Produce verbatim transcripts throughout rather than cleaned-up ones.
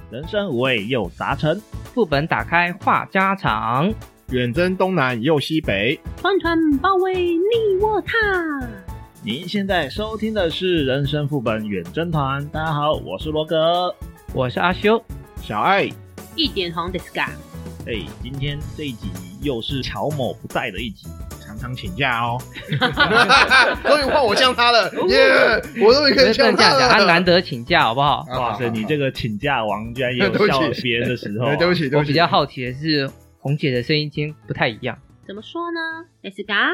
人生五味又杂陈， 副本打开话家常， 远征东南又西北， 团团包围你我他。 您现在收听的是人生副本远征团，大家好，我是罗哥， 我是阿修， 小爱， 一点红的 scar。 哎，今天这一集又是乔某不在的一集， 常常请假哦。终于换我像他了，耶、yeah, ！我终于可以像他了。 他难得请假，好不好？ 哇塞，你这个请假王居然也有笑别人的时候、啊。 对不起，对不起。 我比较好奇的是，红姐的声音今天不太一样。 怎么说呢 ？scar。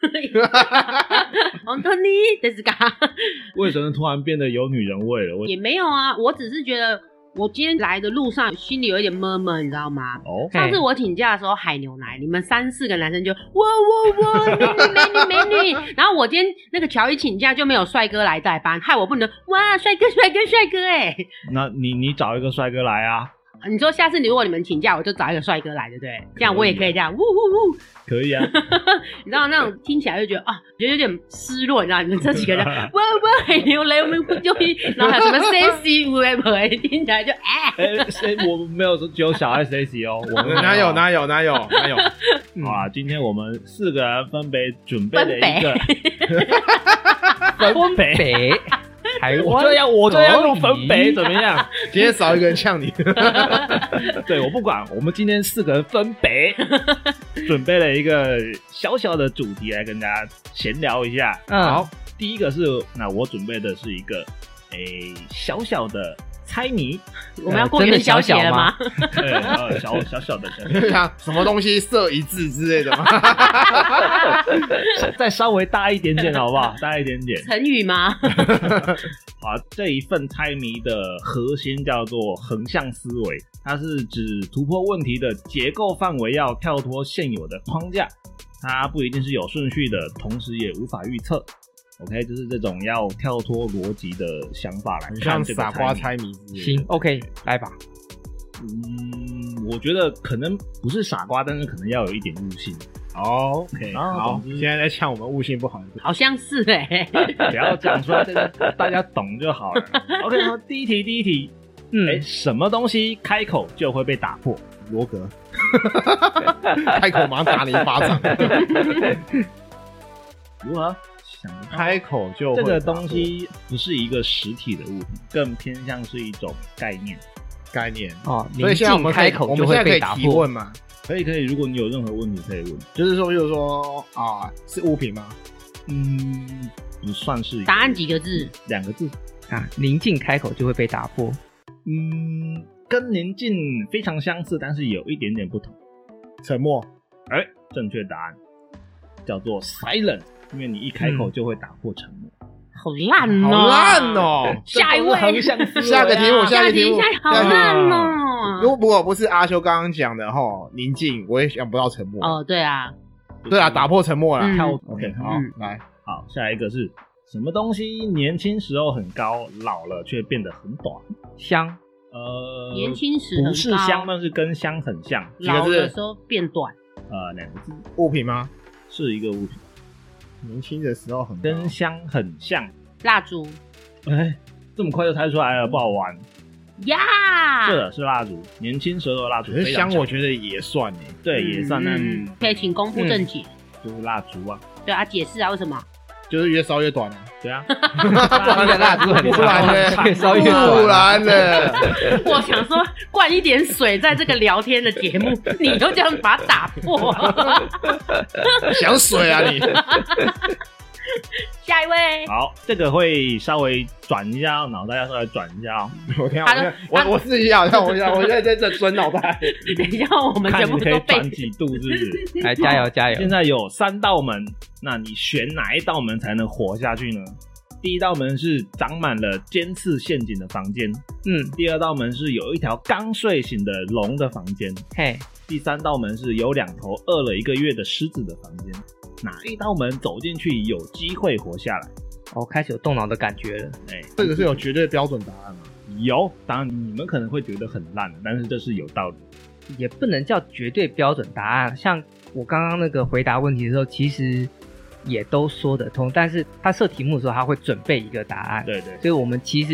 红豆泥 scar。 为什么突然变得有女人味了？ 也没有啊，我只是觉得。我今天来的路上心里有一点闷闷，你知道吗？哦，上次我请假的时候海牛奶，你们三四个男生就哇哇哇美女美女美女，然后我今天那个乔伊请假就没有帅哥来代班，害我不能哇帅哥帅哥帅哥哎、欸。 那你你找一个帅哥来啊！ 你说下次如果你们请假，我就找一个帅哥来，对不对？这样我也可以这样，呜呜呜， 可以啊。 你知道那种听起来就觉得啊，觉得有点失落，你知道？你们这几个人，哇哇，海牛来我们就然后还有什么 sexy 五 M， 听起来就哎， 哎、欸，我没有说只有小爱 sexy 哦，我们哪有哪有哪有哪有。 好啦，今天我们四个人分别准备了一个分北。 我这样，我这样用分北怎么样？ 今天少一个人呛你。 对，我不管。我们今天四个人分北，准备了一个小小的主题来跟大家闲聊一下。 嗯、 好，第一个是，那我准备的是一个诶小小的猜谜。 我们要过元宵节了吗？ 对，呃，小小小的， 像什么东西射一字之类的吗？ 再稍微大一点点，好不好？大一点点。 成语吗？ 好，这一份猜谜的核心叫做横向思维，它是指突破问题的结构范围要跳脱现有的框架，它不一定是有顺序的，同时也无法预测。OK， 就是这种要跳脱逻辑的想法来看这个傻瓜猜谜。 行 ，OK， 来吧。 嗯，我觉得可能不是傻瓜，但是可能要有一点悟性。 哦 ，OK， 好，现在在呛我们悟性不好， 好像是哎、 欸，不要讲出来，这个大家懂就好了。OK， 好，第一题，第一题，嗯，哎、欸，什么东西开口就会被打破？ 罗格，开口马上打你一巴掌。 如何？ 开口就会这个东西不是一个实体的物品，更偏向是一种概念。 概念哦， 所以现在我们开口就会被打破。 我们现在可以提问吗？ 可以可以，如果你有任何问题可以问。 就是说，就是说啊，是物品吗？ 嗯，不算是。 答案几个字？ 两个字啊，宁静开口就会被打破。 嗯，跟宁静非常相似，但是有一点点不同。 沉默。 哎、欸，正确答案叫做 silent。因为你一开口就会打破沉默， 嗯、好烂哦， 好烂哦！ 下一位， 下个题目，下个题目， 好烂哦！ 如果不是阿修刚刚讲的吼，宁静，我也想不到沉默。 哦，对啊， 对啊，打破沉默了。 嗯、 OK， 好， 嗯、 来， 好，下一个是什么东西？年轻时候很高，老了却变得很短。 香， 呃， 年轻时很高不是香，但是跟香很像。 老的时候变短。 呃，两个字， 物品吗？ 是一个物品。 年轻的时候很跟香很像， 蜡烛。 哎，这么快就猜出来了，不好玩呀！ 是的，是蜡烛，年轻时候的蜡烛。 可是香，我觉得也算诶， 对，也算。那、 嗯、可以请功夫正解、 嗯，就是蜡烛啊。 对啊，解释啊，为什么？ 就是越烧越短啊。 对啊， 不然的蜡烛很长， 越烧越短。 不然的， 我想说灌一点水在这个聊天的节目，你又这样把它打破， 想水啊你！ 下一位， 好，这个会稍微转一下，脑袋要稍微转一下哦。 我看我我我试一下，看我一下，我现在在这转脑袋。 等一下，我们全部都可以转几度，是不是？ 来，加油加油！ 现在有三道门，那你选哪一道门才能活下去呢？第一道门是长满了尖刺陷阱的房间，嗯，第二道门是有一条刚睡醒的龙的房间， 嘿， 第三道门是有两头饿了一个月的狮子的房间。哪一道门走进去有机会活下来？ 哦，开始有动脑的感觉了。 哎、欸， 这个是有绝对标准答案吗？ 有，当然你们可能会觉得很烂，但是这是有道理。 也不能叫绝对标准答案，像我刚刚那个回答问题的时候，其实也都说得通，但是他设题目的时候他会准备一个答案， 对对， 所以我们其实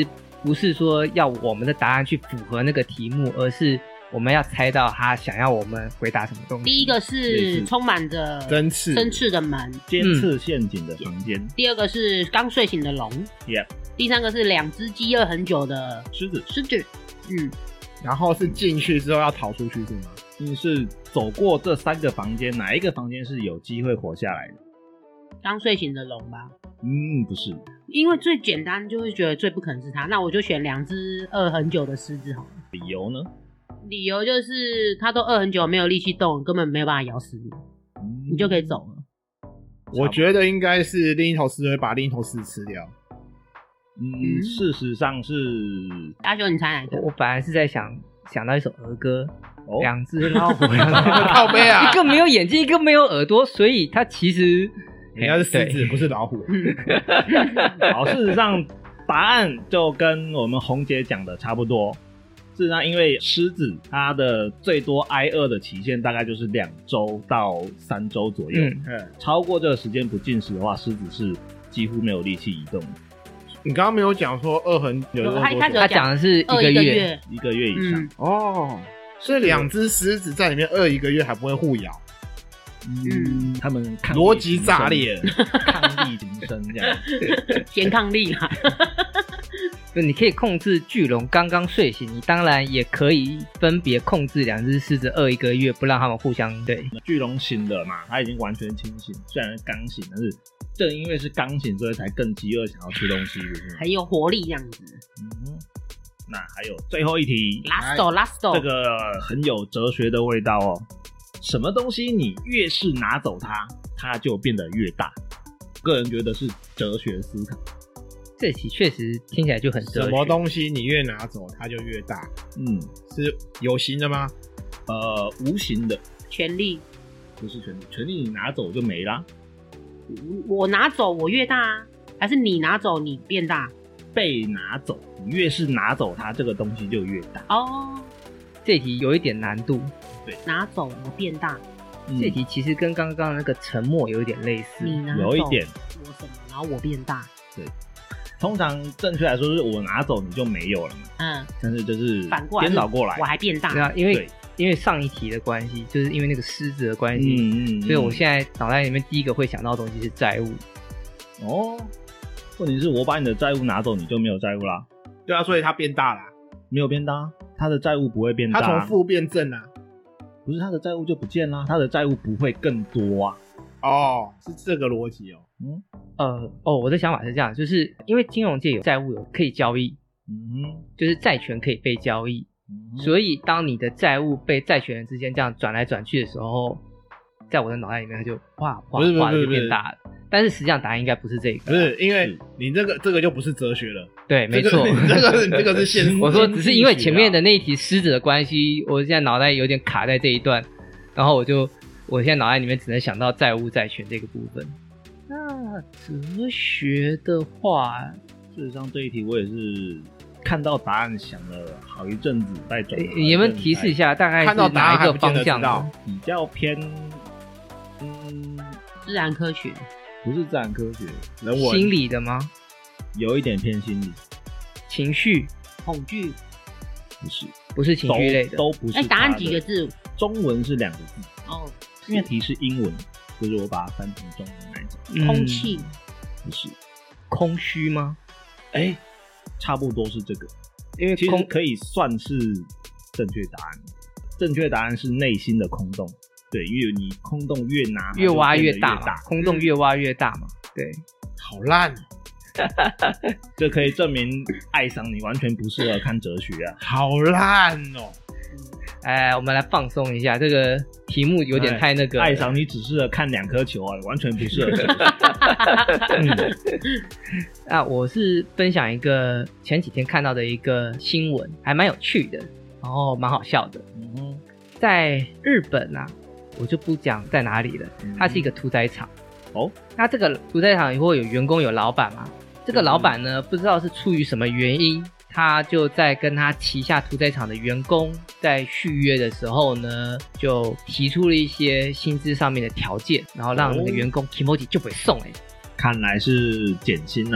不是说要我们的答案去符合那个题目，而是我们要猜到他想要我们回答什么东西。 第一个是充满着针刺针刺的门， 尖刺陷阱的房间。 第二个是刚睡醒的龙。 Yep。 第三个是两只饥饿很久的狮子。 狮子。嗯。 然后是进去之后要逃出去是吗？ 就是走过这三个房间，哪一个房间是有机会活下来的？ 刚睡醒的龙吧？ 嗯，不是。 因为最简单就会觉得最不可能是他，那我就选两只饿很久的狮子好了。 理由呢？ 理由就是他都饿很久没有力气动，根本没有办法咬死你，嗯、你就可以走了。 我觉得应该是另一头狮会把另一头狮吃掉。 嗯，事实上是阿修，你猜哪一个？ 我本来是在想想到一首儿歌， 哦、 两只老虎， 靠背啊， 一个没有眼睛，一个没有耳朵，所以它其实人家是狮子，不是老虎。 好，事实上答案就跟我们红姐讲的差不多。事实上，因为狮子它的最多挨饿的期限大概就是两周到三周左右，嗯，超过这个时间不进食的话，狮子是几乎没有力气移动的。 你刚刚没有讲说饿很久， 他讲的是一个月， 一个月以上、 嗯、哦，所以两只狮子在里面饿一个月还不会互咬。 嗯，他们逻辑炸裂， 抗力挺身这样， 先抗力啦。 你可以控制巨龙刚刚睡醒，你当然也可以分别控制两只狮子饿一个月，不让他们互相对。 巨龙醒了嘛，他已经完全清醒，虽然刚醒，但是正因为是刚醒，所以才更饥饿，想要吃东西， 很有活力这样子。 嗯，那还有最后一题 ，Lasto Lasto， 这个很有哲学的味道哦。什么东西你越是拿走它，它就变得越大？个人觉得是哲学思考。 这题确实听起来就很哲学。 什么东西你越拿走它就越大？嗯，是有形的吗？ 呃，无形的。 权力？ 不是权力，权力你拿走就没啦。 我拿走我越大啊，还是你拿走你变大？ 被拿走，你越是拿走它，这个东西就越大。 哦， 这题有一点难度。 对， 拿走我变大。 嗯、这题其实跟刚刚那个沉默有一点类似。 你拿走有一点我什么，然后我变大。 对。通常正确来说是我拿走你就没有了嘛，嗯，但是就是反过来颠倒过来， 我还变大， 对啊，因为因为上一题的关系，就是因为那个狮子的关系，嗯嗯，所以我现在脑袋里面第一个会想到的东西是债务。 哦，问题是我把你的债务拿走，你就没有债务啦。 对啊，所以它变大啦， 没有变大，他的债务不会变大， 他从负变正啊， 不是他的债务就不见啦，他的债务不会更多啊。 哦，是这个逻辑哦。 嗯，呃，哦，我的想法是这样，就是因为金融界有债务有可以交易，嗯哼，就是债权可以被交易，嗯，所以当你的债务被债权人之间这样转来转去的时候，在我的脑袋里面它就哗哗哗的就变大了。但是实际上答案应该不是这个， 不是，因为你这个这个就不是哲学了。 对，没错， 这个这个是现实。 我说只是因为前面的那一题狮子的关系，我现在脑袋有点卡在这一段，然后我就我现在脑袋里面只能想到债务债权这个部分。那哲学的话， 事实上这一题我也是看到答案想了好一阵子再转。 你有没有提示一下，大概是哪一个方向的？ 比较偏，嗯， 自然科学， 不是自然科学， 人文心理的吗？ 有一点偏心理， 情绪、 恐惧， 不是， 不是情绪类的， 都, 都不是。 哎、欸，答案几个字？ 中文是两个字哦， 因为题是英文。就是我把它翻成中文那一种， 嗯、空气不是空虚吗？ 哎、欸，差不多是这个，因为其实可以算是正确答案。正确答案是内心的空洞，对，因为你空洞越拿越挖越大大，空洞越挖越大嘛。对， 好烂， 这可以证明爱上你完全不适合看哲学啊， 好烂哦。 哎，我们来放松一下，这个题目有点太那个。 爱上你只适合看两颗球啊，完全不适合。 嗯，啊，我是分享一个前几天看到的一个新闻，还蛮有趣的，然后蛮好笑的。嗯哼，在日本啊，我就不讲在哪里了，它是一个屠宰场。哦，那这个屠宰场以后有员工有老板嘛？这个老板呢，不知道是出于什么原因。他就在跟他旗下屠宰场的员工在续约的时候呢，就提出了一些薪资上面的条件，然后让那个员工 Kimoji 就不会送哎、欸， 看来是减薪啊。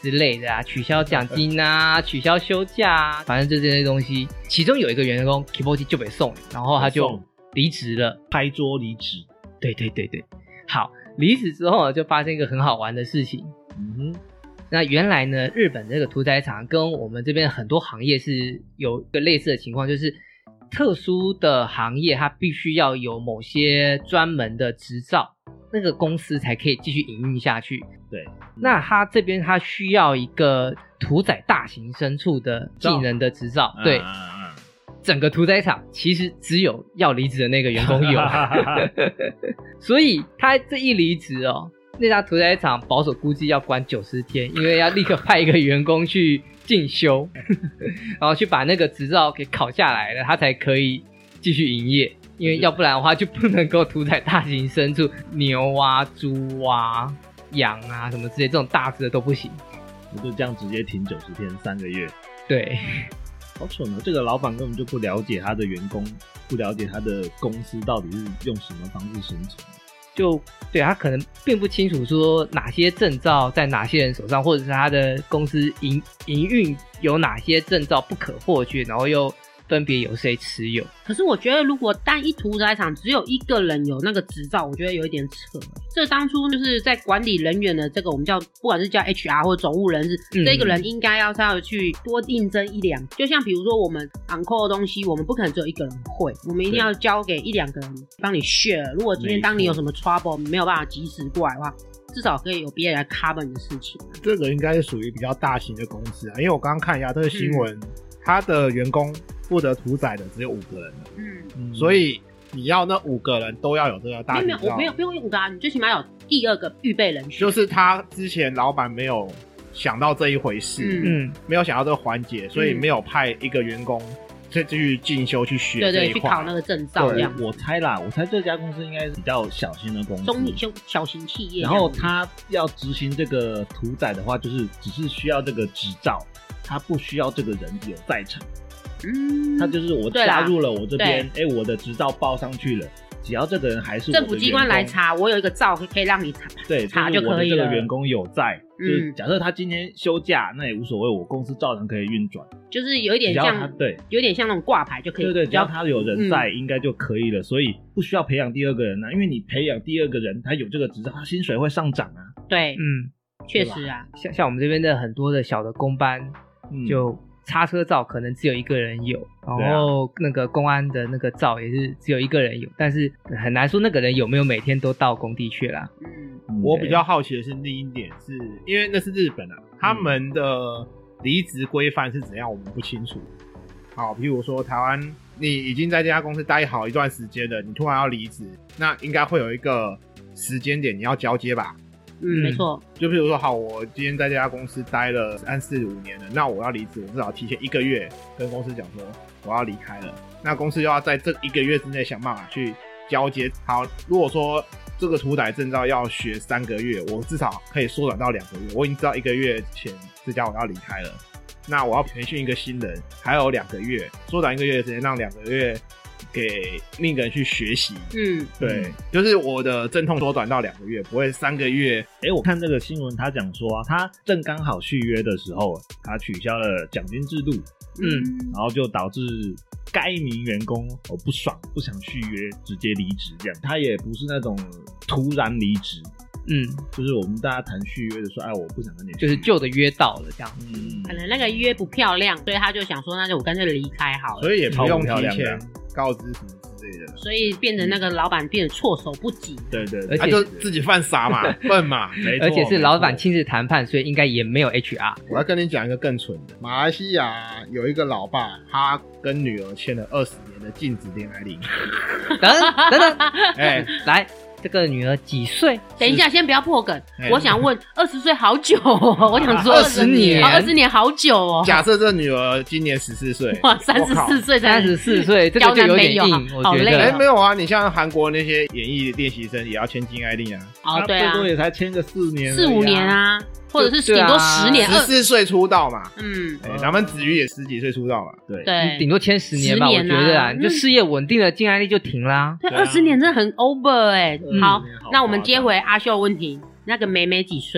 之类的啊，取消奖金啊，取消休假啊，反正就这些东西。其中有一个员工 Kibochi 就被送，然后他就离职了， 拍桌离职。 对对对对，好，离职之后就发生一个很好玩的事情。 嗯哼， 那原来呢，日本这个屠宰场跟我们这边很多行业是有一个类似的情况，就是特殊的行业它必须要有某些专门的执照，那个公司才可以继续营运下去。 对， 那他这边他需要一个屠宰大型牲畜的技能的执照。对， 啊啊啊整个屠宰场其实只有要离职的那个员工有，所以他这一离职哦，那家屠宰场保守估计要关九十天，因为要立刻派一个员工去进修，然后去把那个执照给考下来了，他才可以继续营业。因为要不然的话就不能够屠宰大型牲畜，牛啊、猪啊、羊啊什么之类，这种大只的都不行。 我就这样直接停九十天，三个月。 对， 好蠢哦！这个老板根本就不了解他的员工，不了解他的公司到底是用什么方式生存。 就对他可能并不清楚说哪些证照在哪些人手上，或者是他的公司营营运有哪些证照不可或缺，然后又分别由谁持有。 可是我觉得如果单一屠宰场只有一个人有那个执照，我觉得有一点扯。这当初就是在管理人员的这个我们叫不管是叫 H R 或总务人士、嗯、这个人应该要稍微去多应征一两，就像比如说我们 on call 的东西我们不可能只有一个人会，我们一定要交给一两个人帮你 share。 如果今天当你有什么 trouble 没有办法及时过来的话，至少可以有别人来 cover 你的事情。 这个应该是属于比较大型的公司啊，因为我刚刚看一下这个新闻、嗯、他的员工负责屠宰的只有五个人了，嗯，所以你要那五个人都要有这个大型执照。没有，我没有不用五个啊，你最起码有第二个预备人选。 就是他之前老板没有想到这一回事，嗯，没有想到这个环节，所以没有派一个员工再去进修去学这一块， 对对，去考那个证照这样。 我猜啦，我猜这家公司应该是比较小型的公司， 中小小型企业。 然后他要执行这个屠宰的话，就是只是需要这个执照，他不需要这个人有在场。嗯，他就是我加入了我这边，哎、欸，我的执照报上去了，只要这个人还是我的政府机关来查，我有一个照可以让你查， 对， 查就可以了。 我的这个员工有在，嗯、就是假设他今天休假，那也无所谓，我公司照常可以运转。 就是有一点像，对，有点像那种挂牌就可以。 对对，只要他有人在，嗯、应该就可以了。所以不需要培养第二个人啊，因为你培养第二个人，他有这个执照，他薪水会上涨啊。 对，嗯，确实啊， 像像我们这边的很多的小的公班，嗯、就。叉车照可能只有一个人有，然后那个公安的那个照也是只有一个人有，但是很难说那个人有没有每天都到工地去啦。 嗯，我比较好奇的是另一点是，因为那是日本啊，他们的离职规范是怎样，我们不清楚。好，譬如说台湾，你已经在这家公司待好一段时间了，你突然要离职，那应该会有一个时间点你要交接吧？ 嗯，没错。 就譬如说，好，我今天在这家公司待了三四五年了，那我要离职，我至少提前一个月跟公司讲说我要离开了。那公司就要在这一个月之内想办法去交接。好，如果说这个屠宰证照要学三个月，我至少可以缩短到两个月。我已经知道一个月前这家我要离开了，那我要培训一个新人，还有两个月，缩短一个月的时间，让两个月给另一个人去学习。嗯，对，就是我的阵痛缩短到两个月，不会三个月。 哎、欸，我看这个新闻，他讲说啊，他正刚好续约的时候，他取消了奖金制度，嗯，然后就导致该名员工哦不爽，不想续约，直接离职。这样，他也不是那种突然离职。嗯，就是我们大家谈续约的时候，哎，我不想跟你， 就是旧的约到了这样。 嗯，可能那个约不漂亮，所以他就想说，那就我干脆离开好了。 所以也不用提前告知什么之类的， 所以变成那个老板变得措手不及。 对对， 而且他就自己犯傻嘛，笨嘛，没错。 而且是老板亲自谈判，所以应该也没有 H R。 我要跟你讲一个更蠢的，马来西亚有一个老爸，他跟女儿签了二十年的禁止恋爱令。 等等等，哎、欸，来。这个女儿几岁？ 等一下，先不要破梗。我想问，二十岁好久哦。我想说， 二十年， 二十年好久哦。 假设这女儿今年十四岁， 哇，三十四岁， 三十四岁，这个就有点硬，我觉得。 哎、欸，没有啊，你像韩国那些演艺练习生也要签禁爱令啊。 哦，对啊， 最多也才签个四年、 四五年啊。或者是顶多十年， 十四岁出道嘛。嗯，咱们子瑜也十几岁出道嘛。 对对，顶多签十年吧，我觉得啊，你就事业稳定了，禁爱令就停啦。 对，二十年真的很 over 哎。好，那我们接回阿秀问题，那个妹妹几岁？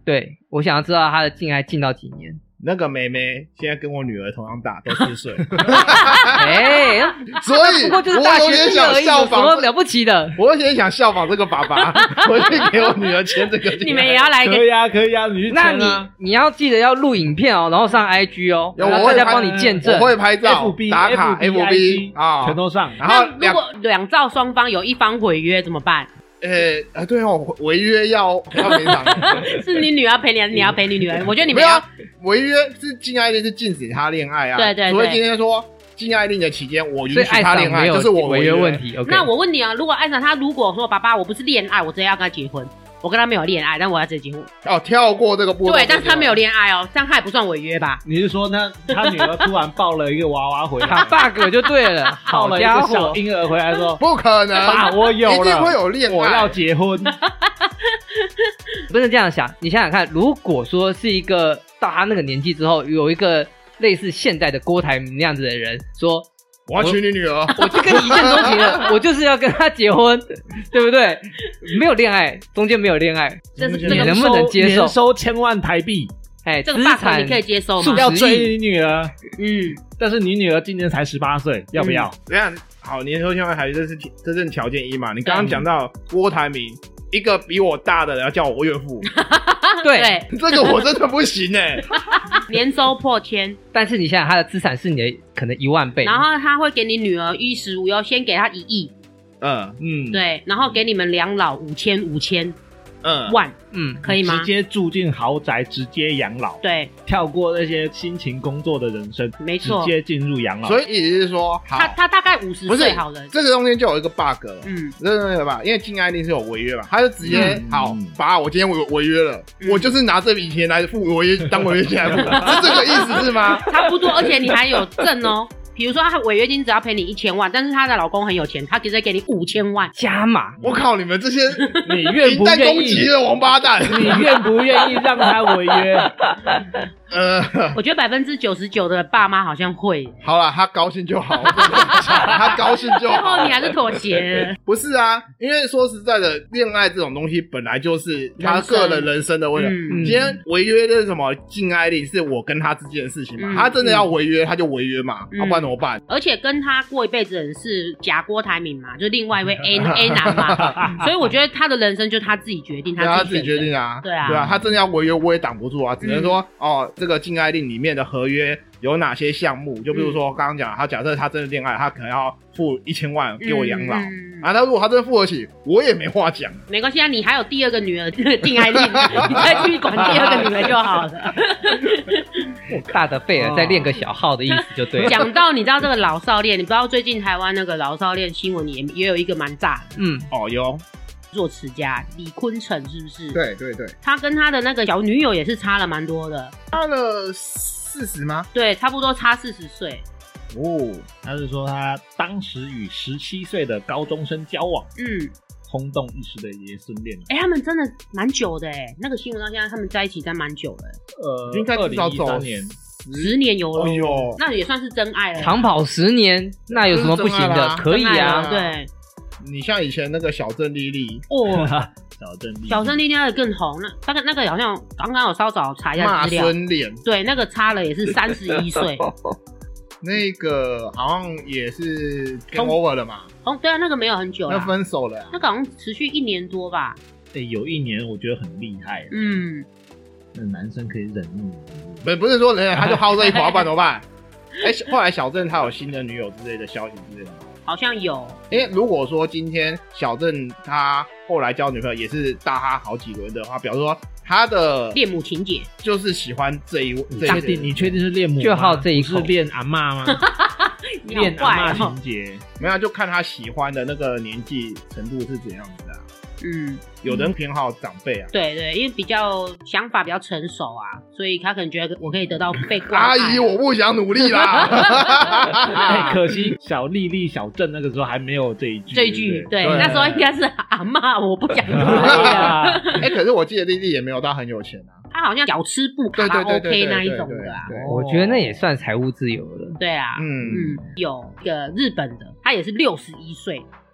对，我想要知道他的禁爱禁到几年。 那个妹妹现在跟我女儿同样大，都四岁。 哎， 所以不过就是大学生而已，有什么了不起的？ 我有点想效仿这个爸爸，回去给我女儿签这个。 你们也要来？ 可以啊，可以啊，你去签啊。 那你你要记得要录影片哦，然后上 I G 哦，然后大家帮你见证。 我会拍照 ，F B 打卡 F B 啊， 全都上。 然后如果两造双方有一方违约怎么办？ 呃啊，对哦，违约要要赔偿。 是你女儿赔你，还是你要赔你女儿？我觉得你们要违约是禁爱令，是禁止他恋爱啊。 对对对。 所以今天说禁爱令的期间，我允许他恋爱，就是我违约问题。 那我问你啊，如果爱上他，如果说爸爸我不是恋爱，我直接要跟他结婚，我跟他没有恋爱，但我要直接结婚。 哦，跳过这个步骤。 对，但是他没有恋爱哦，这样他也不算违约吧？ 你是说他他女儿突然抱了一个娃娃回来， 他 bug 就对了，好家伙， 小婴儿回来说不可能， 爸，我有了， 一定会有恋爱， 我要结婚。 不能这样想，你想想看，如果说是一个到他那个年纪之后，有一个类似现在的郭台铭那样子的人说。 我要娶你女儿， 我就跟你一见钟情了，我就是要跟他结婚，对不对？没有恋爱，中间没有恋爱， 这是你能不能接受？ 年收千万台币， 哎， 这个大款你可以接受吗？ 要追你女儿， 嗯， 但是你女儿今年才十八岁，要不要？ 等一下，好，年收千万台币这是这是条件一嘛？你刚刚讲到郭台铭。一个比我大的人要叫我岳父， 对， 这个我真的不行哎、欸。 年收破千， 但是你想想，他的资产是你的可能一万倍， 然后他会给你女儿衣食无忧，先给他一亿， 嗯嗯， 对，然后给你们两老五千五千。 嗯万， 嗯， 可以吗？ 直接住进豪宅，直接养老， 对， 跳过那些辛勤工作的人生， 没错， 直接进入养老。 所以意思是说， 他他大概五十岁好了， 这个中间就有一个 bug， 嗯， 对对对吧？因为禁爱令是有违约嘛，他就直接、嗯、好，爸，我今天违违约了、嗯，我就是拿这笔钱来付违约，当违约金来付，是这个意思是吗？ 差不多，而且你还有证哦。比如说，他违约金只要赔你一千万，但是她的老公很有钱，他直接给你五千万加码。 我靠，你们这些你愿不愿意攻击的王八蛋？ 你愿不愿意让他违约？ 呃， 我觉得百分之九十九的爸妈好像会。 好啦，他高兴就好，他高兴就好。 最后你还是妥协了。 不是啊，因为说实在的，恋爱这种东西本来就是他个人人生的问题。嗯、今天违约的是什么禁爱令，是我跟他之间的事情嘛？嗯、他真的要违约，他就违约嘛，嗯、要不然怎么办？ 而且跟他过一辈子的人是假郭台铭嘛，就另外一位 A A 男嘛，所以我觉得他的人生就他自己决定，他自己决定啊， 对啊， 对啊，他真的要违约我也挡不住啊，只能说、嗯、哦。这个禁爱令里面的合约有哪些项目？就比如说刚刚讲，他假设他真的恋爱，他可能要付一千万给我养老、嗯、啊。他如果他真的付得起，我也没话讲。 没关系啊，你还有第二个女儿禁爱令，你再去管第二个女儿就好了。 大的贝尔再练个小号的意思就对了。 讲到你知道这个老少恋，你不知道最近台湾那个老少恋新闻也也有一个蛮炸的。 嗯， 哦有。 作词家李坤城是不是？ 对对对， 他跟他的那个小女友也是差了蛮多的， 差了四十吗？ 对，差不多差四十岁。 哦，他是说他当时与十七岁的高中生交往， 嗯， 轰动一时的爷孙恋。 哎、欸，他们真的蛮久的哎，那个新闻到现在他们在一起在蛮久的。 呃， 应该至少走年， 十年有了， 哎呦， 那也算是真爱了。 长跑十年，那有什么不行的？可以啊， 对。 你像以前那个小镇丽丽哦， 小镇丽丽， 小镇丽丽那个更红，那那个那个好像刚刚有稍早查一下资料， 骂孙脸， 对，那个差了也是三十一岁， 那个好像也是 game over 了嘛， 哦，对啊，那个没有很久了， 那分手了、啊， 那个好像持续一年多吧， 哎、欸，有一年我觉得很厉害， 嗯， 那男生可以忍怒， 不不是说人他就好这一口，要不然怎么办？哎、欸，后来小镇他有新的女友之类的消息之类的吗？ 好像有， 因为如果说今天小镇他后来交女朋友也是大他好几轮的话，表示说他的恋母情节就是喜欢这一位。 你确定？你确定是恋母？ 就好这一口， 是恋阿嬷吗？恋阿嬷情节， 没有，就看他喜欢的那个年纪程度是怎样子啊。 嗯， 有人偏好长辈啊， 对对，因为比较想法比较成熟啊，所以他可能觉得我可以得到被关爱。 阿姨，我不想努力啦。 欸、可惜小丽丽小郑那个时候还没有这一句， 这一句 对, 对, 对，那时候应该是阿嬷，我不想努力了。 哎、欸，可是我记得丽丽也没有到很有钱啊， 她好像小吃部卡拉 OK 那一种的啊。 我觉得那也算财务自由了。 对啊，嗯嗯，有一个日本的，他也是六十一岁。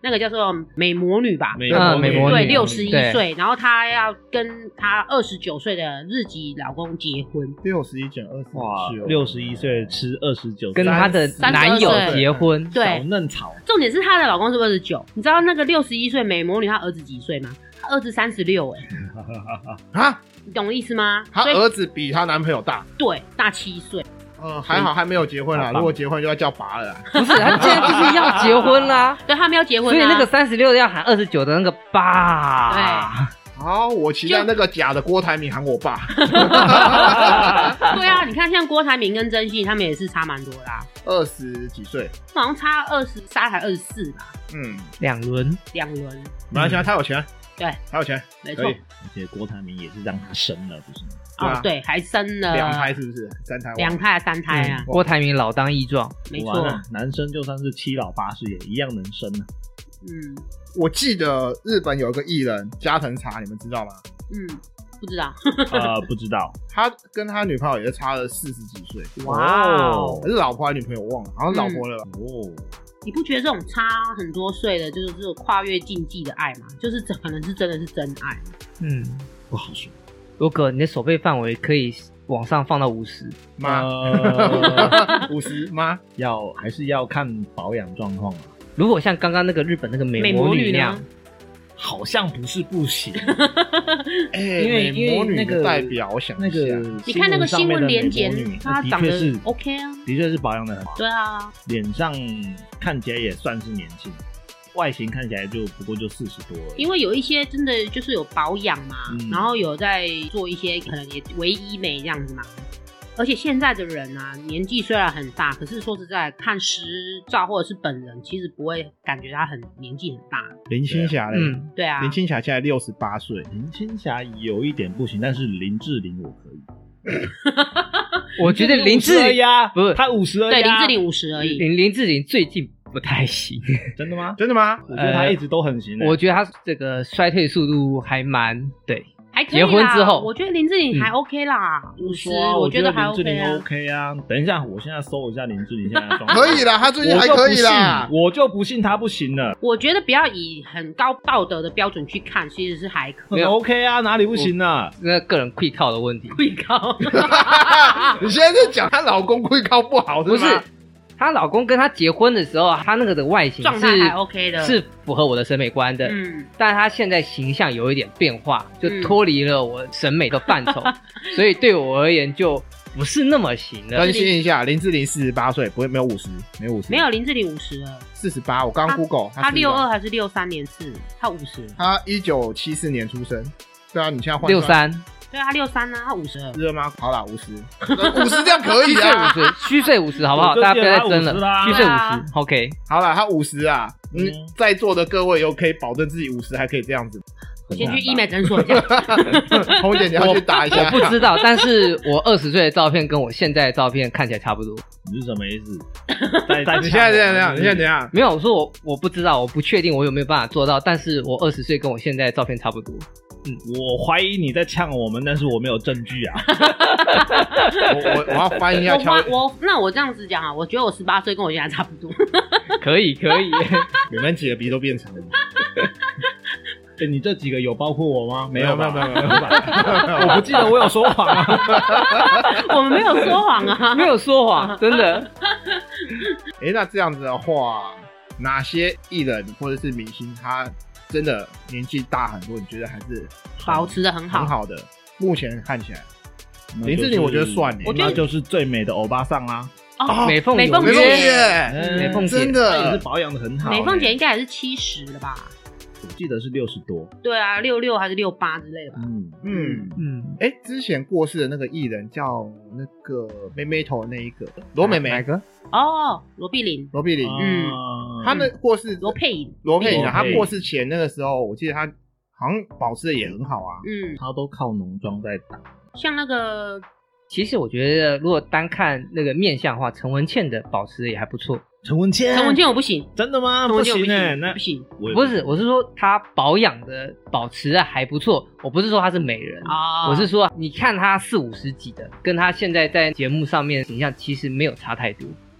那个叫做美魔女吧， 美魔女， 美魔女对，六十一岁，然后她要跟她二十九岁的日籍老公结婚。 六十一减二十， 哇，六十一岁吃二十九， 跟她的男友结婚， 对， 小嫩草。 重点是她的老公是二十九，你知道那个六十一岁美魔女她儿子几岁吗？她儿子三十六，哎， 啊， 你懂我意思吗？ 她儿子比她男朋友大， 对，大七岁。 嗯，还好还没有结婚啦，如果结婚就要叫爸了啦。 不是，他现在就是要结婚啦， 对，他们要结婚啦， 所以那个三十六要喊二十九的那个爸。 对。 好，我期待那个假的郭台铭喊我爸。 对啊，你看像郭台铭跟曾皙他们也是差蛮多啦， 二十几岁， 好像差二十三还二十四吧。 嗯， 两轮， 两轮。 没关系，他有钱， 对， 他有钱， 没错。 而且郭台铭也是让他生了，不是吗？ 哦，对，还生了两胎，是不是？三胎？ 两胎还是三胎啊？ 郭台铭老当益壮， 没错。 男生就算是七老八十也一样能生啊。 嗯， 我记得日本有一个艺人加藤茶，你们知道吗？ 嗯，不知道。 呃，不知道。 他跟他女朋友也是差了四十几岁。 哇哦！ 是老婆还是女朋友？我忘了，好像老婆了吧？ 哦。 你不觉得这种差很多岁的，就是这种跨越禁忌的爱吗？就是可能是真的是真爱。 嗯， 不好说。 如果你的手背范围可以往上放到五十吗？五十吗？ 要还是要看保养状况啊。 如果像刚刚那个日本那个美魔女那样， 好像不是不行。 哎、欸，因为因为那个代表，我想那个你看那个新闻连结，她长得是 OK 啊， 的确是保养的很好。 对啊， 脸上看起来也算是年轻。外形看起来就不过就四十多了， 因为有一些真的就是有保养嘛、嗯，然后有在做一些可能也微医美这样子嘛。而且现在的人啊，年纪虽然很大，可是说实在，看实照或者是本人，其实不会感觉他很年纪很大。 林青霞嘞， 嗯，对啊， 林青霞现在六十八岁， 林青霞有一点不行，但是林志玲我可以。 我觉得林志玲呀， 不是她五十而已， 对，林志玲五十而已。 林林志玲最近不太行， 真的吗？ 真的吗？ 我觉得她一直都很行、欸呃。我觉得她这个衰退速度还蛮对。 还可以啦， 结婚之后， 我觉得林志玲还 OK 啦，五十、嗯，我觉得还 OK 啊。OK 啊，等一下，我现在搜一下林志玲现在的状况。 可以啦，她最近还可以啦， 我就不信她不行了。 我觉得不要以很高道德的标准去看，其实是还可以。 很 OK 啊，哪里不行呢？ 那个人跪靠的问题。 跪靠？ 你现在在讲她老公跪靠不好， 不是？她老公跟她结婚的时候，她那个的外形状态还 OK 的， 是符合我的审美观的。嗯，但是她现在形象有一点变化，就脱离了我审美的范畴，嗯、所以对我而言就不是那么行了。 更新一下，林志玲四十八岁，不会没有五十，没有五十， 没有林志玲五十了， 四十八。我刚 Google， 她六二还是六三年次？她五十， 她一九七四年出生。对啊，你现在换六三。 对啊，他六三呢，他五十二， 是吗？好啦，五十，五十这样可以啊， 虚岁五十，好不好？大家不要再争了，虚岁五十 ，OK。 好啦，他五十啊，嗯，在座的各位有可以保证自己五十还可以这样子。 我先去医美诊所一下。 红姐，你要去打一下。 我不知道，但是我二十岁的照片跟我现在的照片看起来差不多。 你是什么意思？ 你现在怎样？怎样？你现在怎样？ 没有，我说我我不知道，我不确定我有没有办法做到，但是我二十岁跟我现在的照片差不多。 嗯，我怀疑你在呛我们，但是我没有证据啊。 我我我要翻一下我我那我这样子讲啊，我觉得我十八岁跟我现在差不多。 可以可以， 你们几个鼻都变长了。 欸、你这几个有包括我吗？ 没有没有没有没有我不记得我有说谎啊。 我们没有说谎啊， 没有说谎，真的。 哎、欸，那这样子的话，哪些艺人或者是明星他真的年纪大很多，你觉得还是保持的很好， 很好的？目前看起来，林志玲我觉得算耶， 我觉得就是最美的欧巴桑啊。 哦，美凤美凤姐， 美凤姐真的也是保养的很好。 美凤姐应该也是七十了吧？ 我记得是六十多。 对啊，六六还是六八之类的吧？ 嗯嗯嗯。哎、欸，之前过世的那个艺人叫那个妹妹头的那一个罗美美， 哪个？ 哦，罗碧玲。 罗碧玲， 嗯， 她那过世， 罗佩颖， 罗佩颖啊，她过世前那个时候，我记得她好像保持的也很好啊。 嗯，她都靠浓妆在打。 像那个。 其实我觉得，如果单看那个面相的话，陈文茜的保持也还不错。 陈文茜， 陈文茜我不行， 真的吗？ 不行哎、欸， 那不行。 不是，我是说她保养的保持的还不错。我不是说她是美人啊， oh. 我是说你看她四五十几的，跟她现在在节目上面的形象其实没有差太多。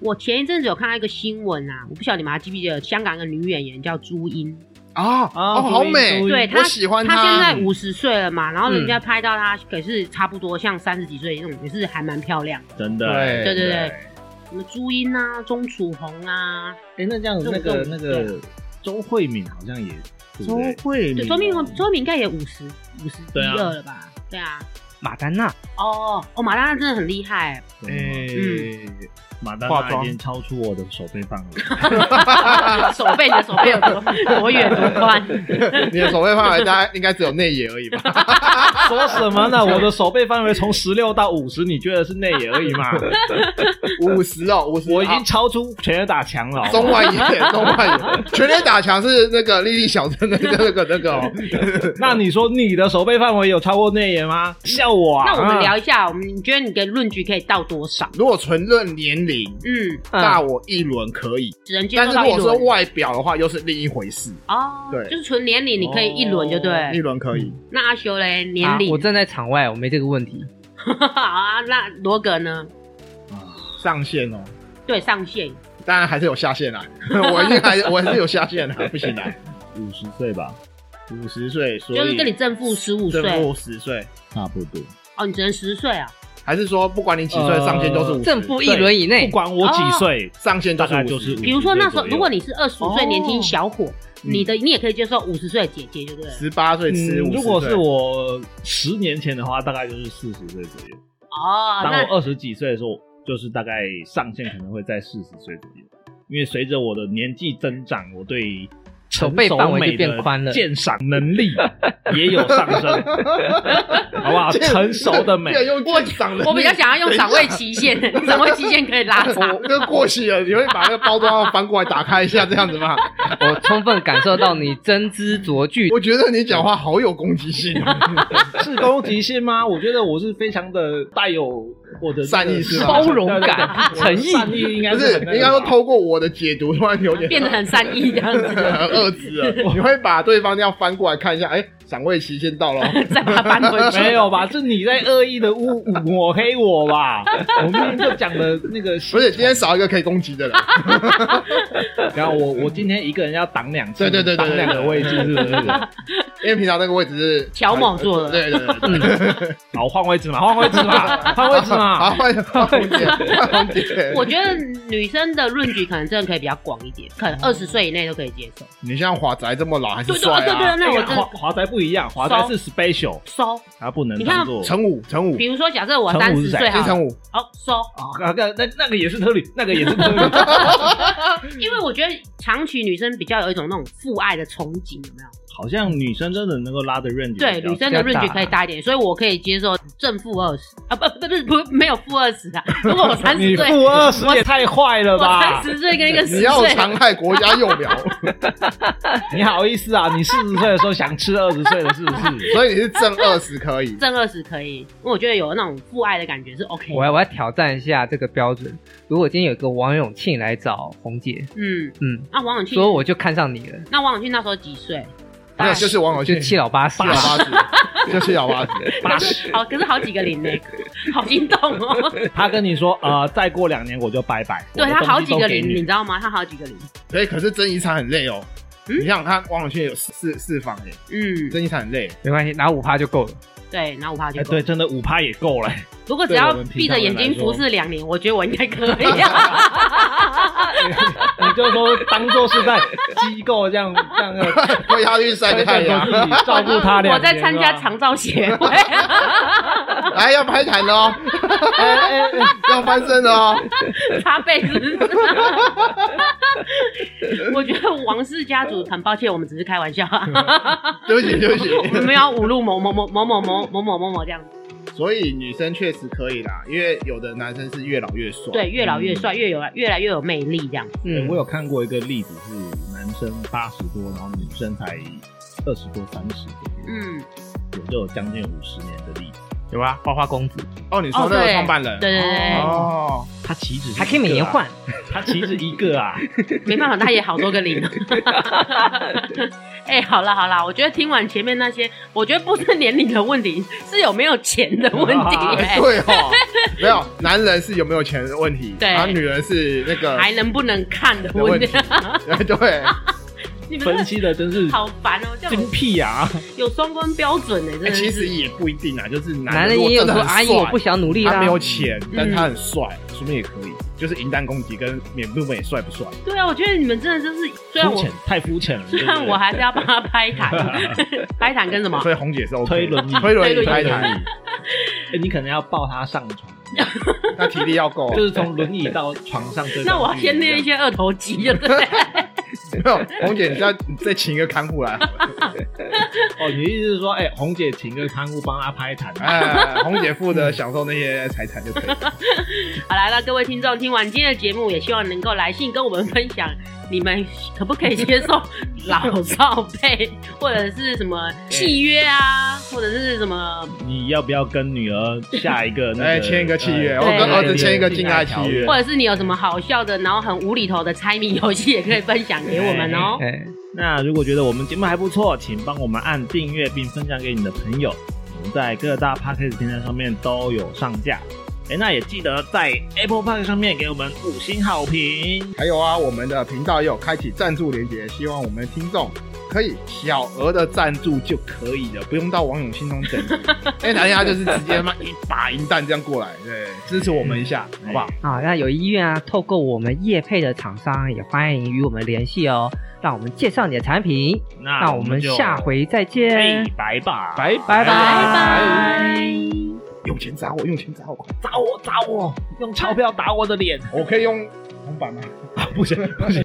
我前一阵子有看到一个新闻啊，我不晓得你们还记不记得，香港一个女演员叫朱茵啊，哦，好美， 对， 我喜欢她。 她现在五十岁了嘛，然后人家拍到她可是差不多像三十几岁那种，也是还蛮漂亮的， 真的， 对对对对，什么朱茵啊、钟楚红啊， 哎，那这样那个那个周慧敏好像也， 周慧敏， 周慧敏周慧敏应该也五十五十一二了吧？对啊， 马丹娜， 哦哦，马丹娜真的很厉害， 嗯。马丹娜已经超出我的手背范围， 手背你的手背有多多远多宽？ 你的手背范围大概应该只有内野而已吧？ 说什么呢？我的手背范围从十六到五十，你觉得是内野而已吗？ 五十哦，五十， 我已经超出全垒打墙了。 中外野，中外野，全垒打墙是那个莉莉小镇的那个那个那个哦。 那你说你的手背范围有超过内野吗？笑我啊！ 那我们聊一下，我们你觉得你的论据可以到多少？ 如果纯论年龄。 嗯， 大我一轮可以， 只能接受到一轮。 但是如果说外表的话，又是另一回事哦。对，就是纯年龄，你可以一轮就对， 一轮可以。 那阿修嘞，年龄、 啊，我站在场外，我没这个问题。 好啊，那罗格呢？ 上限哦， 对，上限。 当然还是有下限啦，我一定还我还是有下限啦，不行啦， 五十岁吧， 五十岁，所以就是跟你正负十五岁， 正负十岁， 差不多。 哦，你只能十岁啊。 还是说不管你几岁，上限都是五十， 正负一轮以内， 不管我几岁， 上限大概就是五十。 比如说那时候，如果你是二十五岁年轻小伙，你的你也可以接受五十岁的姐姐，对不对？ 十八岁吃五十。 如果是我十年前的话，大概就是四十岁左右。 哦， 当我二十几岁的时候，就是大概上限可能会在四十岁左右，因为随着我的年纪增长，我对手背范围就变宽了， 鉴赏能力也有上升，好不好？成熟的美， 我我比较想要用赏味期限，赏味期限可以拉长。 这个过期了，你会把那个包装翻过来打开一下，这样子吗？ 我充分感受到你真知灼句， 我觉得你讲话好有攻击性， 是攻击性吗？我觉得我是非常的带有我的善意，是包容感、诚意， 善意应该是应该说透过我的解读，突然有点变得很善意这样子。 二字了，你会把对方这样翻过来看一下，哎、欸，赏味期限到了， 再把它翻回去。 没有吧？是你在恶意的污抹黑我吧？我明明就讲的那个， 不是今天少一个可以攻击的人。 然后我我今天一个人要挡两次， 对对对对， 挡两个位置是不是？ 因为平常那个位置是乔某坐的， 对对对对。 好，换位置嘛，换位置嘛，换位置嘛， 好换换红姐，换红姐。 我觉得女生的论据可能真的可以比较广一点，可能二十岁以内都可以接受。 你像华仔这么老还是帅啊？ 对对对，那我华华仔不一样，华仔是 special， 收， 他不能当做乘五乘五。 比如说，假设我三十岁，好， 乘五， 好收。 哦，那那那个也是特例，那个也是特例。 因为我觉得长期女生比较有一种那种父爱的憧憬，有没有？ 好像女生真的能够拉的 range， 对，女生的 range 可以大一点，所以我可以接受正负二十啊，不不不不没有负二十啊。如果我三十岁， 负二十也太坏了吧！ 我三十岁跟一个十岁， 你要残害国家幼苗， 你好意思啊？你四十岁的时候想吃二十岁的，是不是？ 所以你是正二十可以， 正二十可以，因为我觉得有那种父爱的感觉是 OK。 我要我要挑战一下这个标准。如果今天有个王永庆来找红姐， 嗯嗯， 那王永庆， 所以我就看上你了。 那王永庆那时候几岁？ 没有，就是王永庆， 就七老八十， 七老八十，就七老八十， 八十。好，可是好几个零呢，好心动哦。 他跟你说，呃，再过两年我就拜拜。 对他好几个零，你知道吗？他好几个零。 所以可是争遗产很累哦。嗯、你想想看，王永庆有四四房耶，嗯，争遗产很累， 没关系，拿五趴就够了。 对，拿五趴就够了、 欸。对，真的五趴也够了。 如果只要闭着眼睛服侍两年，我觉得我应该可以、啊。 你就说当做是在机构这样这样推他去晒太阳， 照顾他两年。 我在参加长照协会， 来要拍坛哦，哎哎哎，要翻身哦， 擦背子。我觉得王氏家族很抱歉，我们只是开玩笑。 对不起，对不起， 我们要侮辱某某某某某某某某某某这样子。 所以女生确实可以啦，因为有的男生是越老越帅， 对，越老越帅，嗯、越有越来越有魅力这样。 嗯，我有看过一个例子，是男生八十多，然后女生才二十多、三十左右，嗯，有就有将近五十年的例子。 有啊，花花公子哦，你说那个创办人， 对对对， 哦， 他岂止还可以每年换， 他岂止一个啊？ 没办法，他也好多个零。哎、欸，好啦好啦，我觉得听完前面那些，我觉得不是年龄的问题，是有没有钱的问题、欸。 对哦， 没有，男人是有没有钱的问题， 对， 然后女人是那个还能不能看的问题。 对对。 你们分析的真是好烦哦，这样精辟啊！ 有双关标准哎，真的、欸。 其实也不一定啊，就是男人也有说阿姨我不想努力啦， 他没有钱，但他很帅，说明也可以。就是银弹攻击跟免部分也帅不帅？ 对啊，我觉得你们真的就是虽然我太肤浅了， 虽然我还是要帮他拍弹，拍弹跟什么？ 所以红姐是 OK， 推轮椅， 推轮椅拍弹。 欸、你可能要抱他上床， 那体力要够， 就是从轮椅到床上这。 那我要先练一些二头肌，对不对？ 没有，红姐，你要你再请一个看护来。 哦，你的意思是说，哎、欸，红姐请个看护帮她拍弹， 哎，红姐负责享受那些财产就可以了。 好啦，那各位听众听完今天的节目，也希望能够来信跟我们分享，你们可不可以接受老少配，或者是什么契约啊，或者是什么？ 你要不要跟女儿下一个那个？ 哎，签一个契约，我跟儿子签一个禁爱契约， 或者是你有什么好笑的，然后很无厘头的猜谜游戏，也可以分享给我们哦。 那如果觉得我们节目还不错，请帮我们按订阅并分享给你的朋友。我们在各大 Podcast 平台上面都有上架。哎，那也记得在 Apple Podcast 上面给我们五星好评。 还有啊，我们的频道也有开启赞助连结，希望我们的听众可以小额的赞助就可以了，不用到王永庆那种等级。哎，大家就是直接嘛一把银弹这样过来，对，支持我们一下，好不好？ 好，那有意愿啊，透过我们业配的厂商也欢迎与我们联系哦，让我们介绍你的产品。 那那我们下回再见， 拜拜拜拜拜拜。 用钱砸我，用钱砸我， 砸我，砸我，用钞票打我的脸。 我可以用铜板吗？ 不行不行。